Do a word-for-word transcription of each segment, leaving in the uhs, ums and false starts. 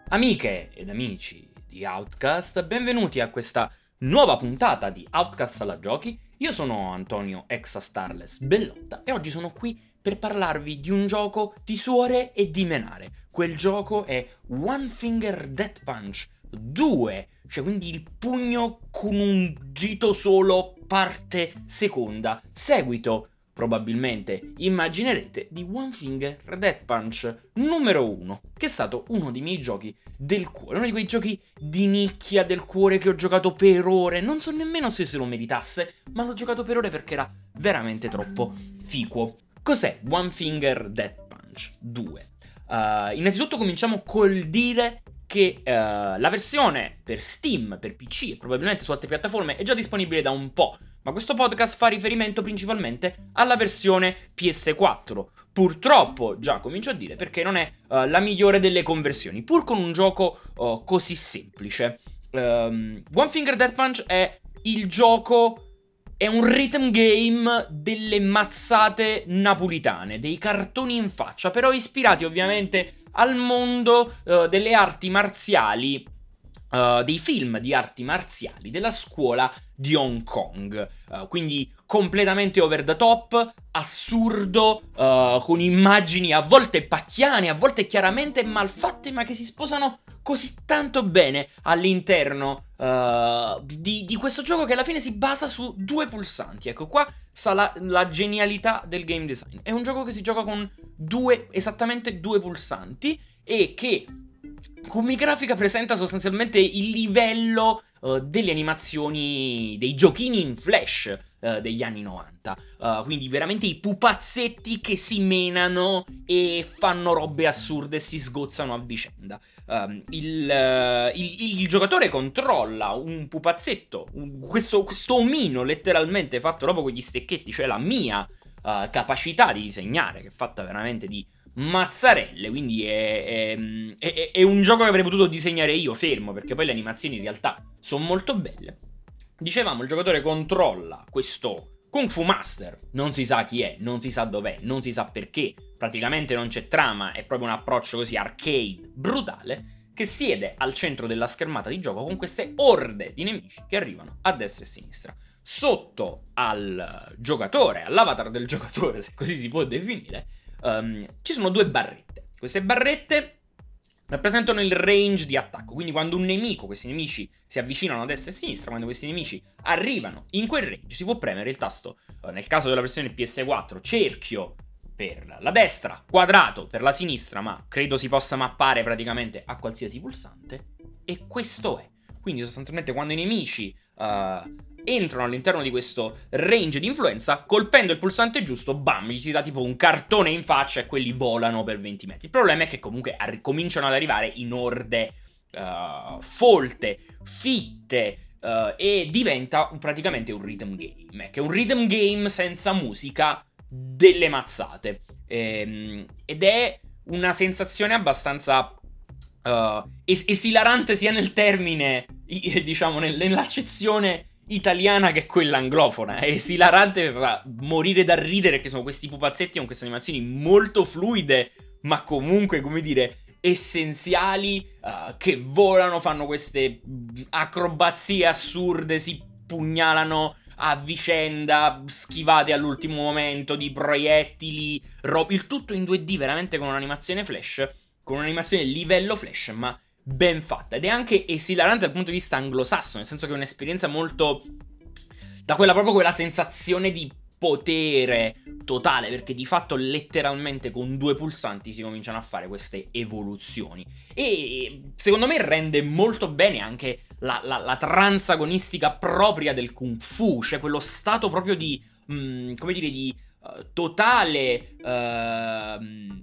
Amiche ed amici di Outcast, benvenuti a questa nuova puntata di Outcast alla Giochi. Io sono Antonio Exa Starless Bellotta e oggi sono qui per parlarvi di un gioco di suore e di menare. Quel gioco è One Finger Death Punch due, cioè quindi il pugno con un dito solo parte seconda, seguito probabilmente immaginerete di One Finger Death Punch numero uno, che è stato uno dei miei giochi del cuore, uno di quei giochi di nicchia del cuore che ho giocato per ore. Non so nemmeno se se lo meritasse, ma l'ho giocato per ore perché era veramente troppo ficuo. Cos'è One Finger Death Punch due? Uh, innanzitutto cominciamo col dire che uh, la versione per Steam, per P C e probabilmente su altre piattaforme è già disponibile da un po', ma questo podcast fa riferimento principalmente alla versione P S quattro. Purtroppo, già comincio a dire, perché non è uh, la migliore delle conversioni, pur con un gioco uh, così semplice. Um, One Finger Death Punch è il gioco... È un rhythm game delle mazzate napolitane, dei cartoni in faccia, però ispirati ovviamente al mondo uh, delle arti marziali, uh, dei film di arti marziali della scuola di Hong Kong. Uh, quindi completamente over the top, assurdo, uh, con immagini a volte pacchiane, a volte chiaramente malfatte, ma che si sposano così tanto bene all'interno uh, di, di questo gioco che alla fine si basa su due pulsanti. Ecco, qua sta la, la genialità del game design. È un gioco che si gioca con due, esattamente due pulsanti, e che come grafica presenta sostanzialmente il livello uh, delle animazioni dei giochini in flash uh, degli anni novanta. Uh, quindi veramente i pupazzetti che si menano e fanno robe assurde e si sgozzano a vicenda. Um, il, uh, il, il giocatore controlla un pupazzetto, un, questo, questo omino letteralmente fatto proprio con gli stecchetti, cioè la mia uh, capacità di disegnare, che è fatta veramente di mazzarelle, quindi è, è, è, è un gioco che avrei potuto disegnare io fermo, perché poi le animazioni in realtà sono molto belle. Dicevamo, il giocatore controlla questo Kung Fu Master, non si sa chi è, non si sa dov'è, non si sa perché, praticamente non c'è trama, è proprio un approccio così arcade brutale, che siede al centro della schermata di gioco con queste orde di nemici che arrivano a destra e a sinistra. Sotto al giocatore, all'avatar del giocatore, se così si può definire, um, ci sono due barrette. Queste barrette rappresentano il range di attacco, quindi quando un nemico, questi nemici si avvicinano a destra e a sinistra, quando questi nemici arrivano in quel range, si può premere il tasto, uh, nel caso della versione P S quattro, cerchio per la destra, quadrato per la sinistra, ma credo si possa mappare praticamente a qualsiasi pulsante, e questo è. Quindi sostanzialmente quando i nemici uh, entrano all'interno di questo range di influenza, colpendo il pulsante giusto, bam, gli si dà tipo un cartone in faccia e quelli volano per venti metri. Il problema è che comunque arri- cominciano ad arrivare in orde uh, folte, fitte, uh, e diventa praticamente un rhythm game, che è un rhythm game senza musica, delle mazzate. Ehm, ed è una sensazione abbastanza uh, es- esilarante sia nel termine, diciamo, nel- nell'accezione italiana che quella anglofona. È esilarante, fa morire da ridere, che sono questi pupazzetti con queste animazioni molto fluide, ma comunque, come dire, essenziali, uh, che volano, fanno queste acrobazie assurde, si pugnalano a vicenda, schivate all'ultimo momento di proiettili, ro- il tutto in due D, veramente con un'animazione flash, con un'animazione livello flash, ma ben fatta. Ed è anche esilarante dal punto di vista anglosassone, nel senso che è un'esperienza molto, da quella proprio quella sensazione di potere totale, perché di fatto letteralmente con due pulsanti si cominciano a fare queste evoluzioni, e secondo me rende molto bene anche la, la, la trance agonistica propria del Kung Fu, cioè quello stato proprio di mh, come dire, di uh, totale uh,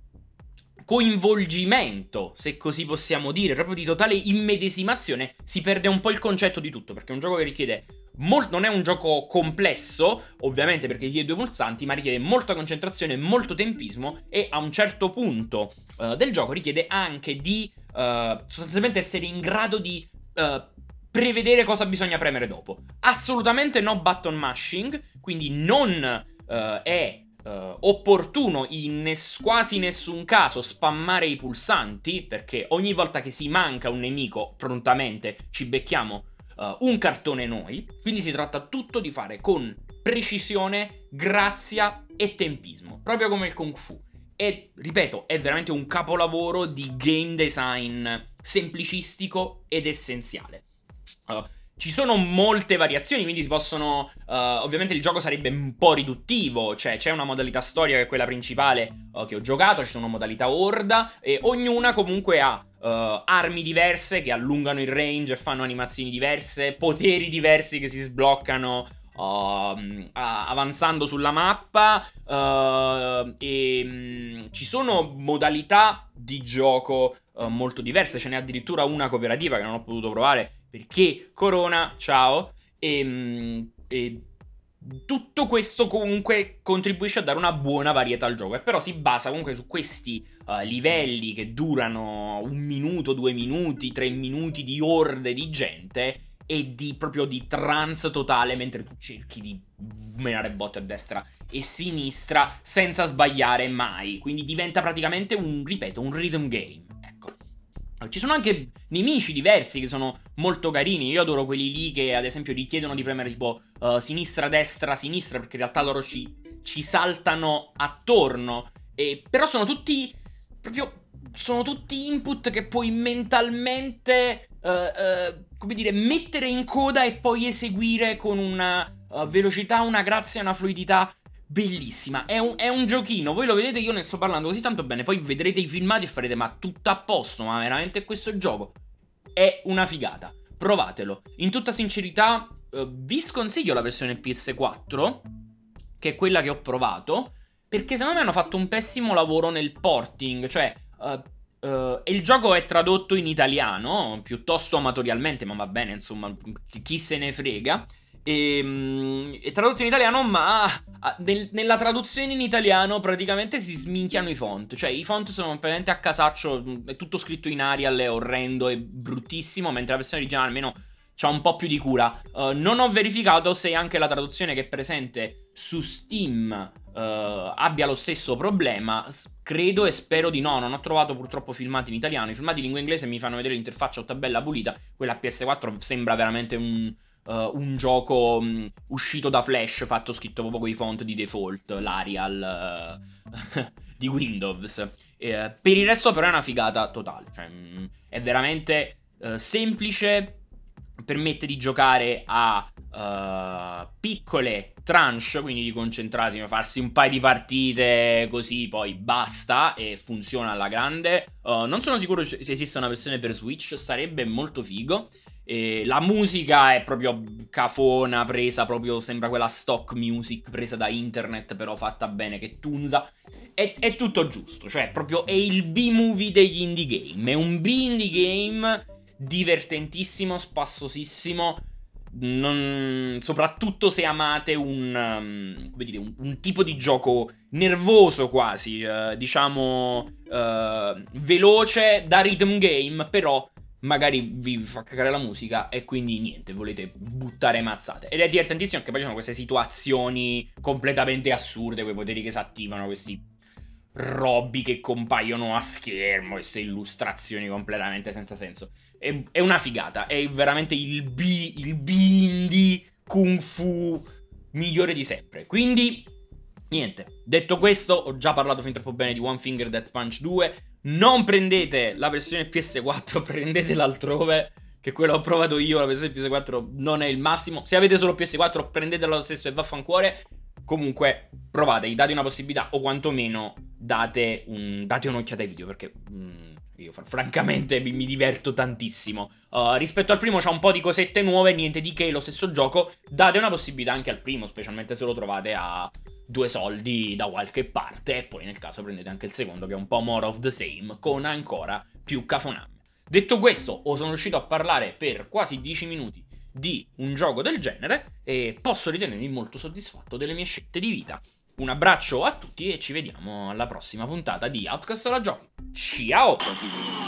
coinvolgimento, se così possiamo dire, proprio di totale immedesimazione. Si perde un po' il concetto di tutto, perché è un gioco che richiede Mol- non è un gioco complesso, ovviamente, perché richiede due pulsanti, ma richiede molta concentrazione, molto tempismo, e a un certo punto uh, del gioco richiede anche di uh, sostanzialmente essere in grado di uh, prevedere cosa bisogna premere dopo. Assolutamente no button mashing, quindi non uh, è uh, opportuno in nes- quasi nessun caso spammare i pulsanti, perché ogni volta che si manca un nemico prontamente ci becchiamo uh, un cartone noi. Quindi si tratta tutto di fare con precisione, grazia e tempismo, proprio come il Kung Fu. E, ripeto, è veramente un capolavoro di game design semplicistico ed essenziale. Uh, ci sono molte variazioni, quindi si possono... Uh, ovviamente il gioco sarebbe un po' riduttivo, cioè c'è una modalità storia che è quella principale uh, che ho giocato, ci sono modalità horda, e ognuna comunque ha uh, armi diverse che allungano il range e fanno animazioni diverse, poteri diversi che si sbloccano Uh, avanzando sulla mappa, uh, e um, ci sono modalità di gioco uh, molto diverse. Ce n'è addirittura una cooperativa che non ho potuto provare perché Corona, ciao, e, um, e tutto questo comunque contribuisce a dare una buona varietà al gioco, e però si basa comunque su questi uh, livelli che durano un minuto, due minuti, tre minuti di orde di gente e di proprio di trance totale mentre tu cerchi di menare botte a destra e sinistra senza sbagliare mai. Quindi diventa praticamente un, ripeto, un rhythm game. Ecco. Ci sono anche nemici diversi che sono molto carini. Io adoro quelli lì che ad esempio richiedono di premere tipo uh, sinistra, destra, sinistra, perché in realtà loro ci, ci saltano attorno. E, però sono tutti proprio... sono tutti input che puoi mentalmente, uh, uh, come dire, mettere in coda e poi eseguire con una uh, velocità, una grazia e una fluidità bellissima. È un, è un giochino, voi lo vedete, io ne sto parlando così tanto bene, poi vedrete i filmati e farete ma tutto a posto, ma veramente questo gioco è una figata. Provatelo. In tutta sincerità, uh, vi sconsiglio la versione P S quattro, che è quella che ho provato, perché secondo me hanno fatto un pessimo lavoro nel porting, cioè... Uh, uh, il gioco è tradotto in italiano, piuttosto amatorialmente, ma va bene, insomma, chi, chi se ne frega. E, um, è tradotto in italiano, ma uh, nel, nella traduzione in italiano praticamente si sminchiano i font. Cioè, i font sono praticamente a casaccio, è tutto scritto in Arial, è orrendo, è bruttissimo, mentre la versione originale almeno c'ha un po' più di cura. Uh, non ho verificato se anche la traduzione che è presente su Steam Uh, abbia lo stesso problema. Credo e spero di no. Non ho trovato purtroppo filmati in italiano. I filmati in lingua inglese mi fanno vedere l'interfaccia tutta bella pulita. Quella P S quattro sembra veramente un, uh, un gioco um, uscito da Flash, fatto scritto proprio con i font di default, l'Arial uh, di Windows. uh, Per il resto però è una figata totale. Cioè, um, è veramente uh, semplice. Permette di giocare a uh, piccole tranche, quindi di concentrati, farsi un paio di partite così poi basta, e funziona alla grande. Uh, non sono sicuro se esista una versione per Switch, sarebbe molto figo. E la musica è proprio cafona, presa proprio, sembra quella stock music presa da internet, però fatta bene, che tunza. È, è tutto giusto, cioè proprio è il B-movie degli indie game, è un B-indie game divertentissimo, spassosissimo. Non... soprattutto se amate un, um, come dire, un, un tipo di gioco nervoso quasi, uh, diciamo uh, veloce da rhythm game, però magari vi fa cagare la musica e quindi niente, volete buttare mazzate. Ed è divertentissimo perché poi ci sono queste situazioni completamente assurde, quei poteri che si attivano, questi robi che compaiono a schermo, queste illustrazioni completamente senza senso. È, è una figata, è veramente il B, il B-indie Kung Fu migliore di sempre. Quindi, niente, detto questo, ho già parlato fin troppo bene di One Finger Death Punch due. Non prendete la versione P S quattro, prendetela altrove, che quella ho provato io, la versione P S quattro non è il massimo. Se avete solo P S quattro, prendetela lo stesso e vaffancuore. Comunque, provate, date una possibilità, o quantomeno date, un, date un'occhiata ai video, perché mm, io francamente mi, mi diverto tantissimo. Uh, rispetto al primo c'ha un po' di cosette nuove, niente di che, lo stesso gioco. Date una possibilità anche al primo, specialmente se lo trovate a due soldi da qualche parte, e poi nel caso prendete anche il secondo, che è un po' more of the same, con ancora più cafoname. Detto questo, ho sono riuscito a parlare per quasi dieci minuti di un gioco del genere e posso ritenermi molto soddisfatto delle mie scelte di vita. Un abbraccio a tutti e ci vediamo alla prossima puntata di Outcast alla Giochi. Ciao!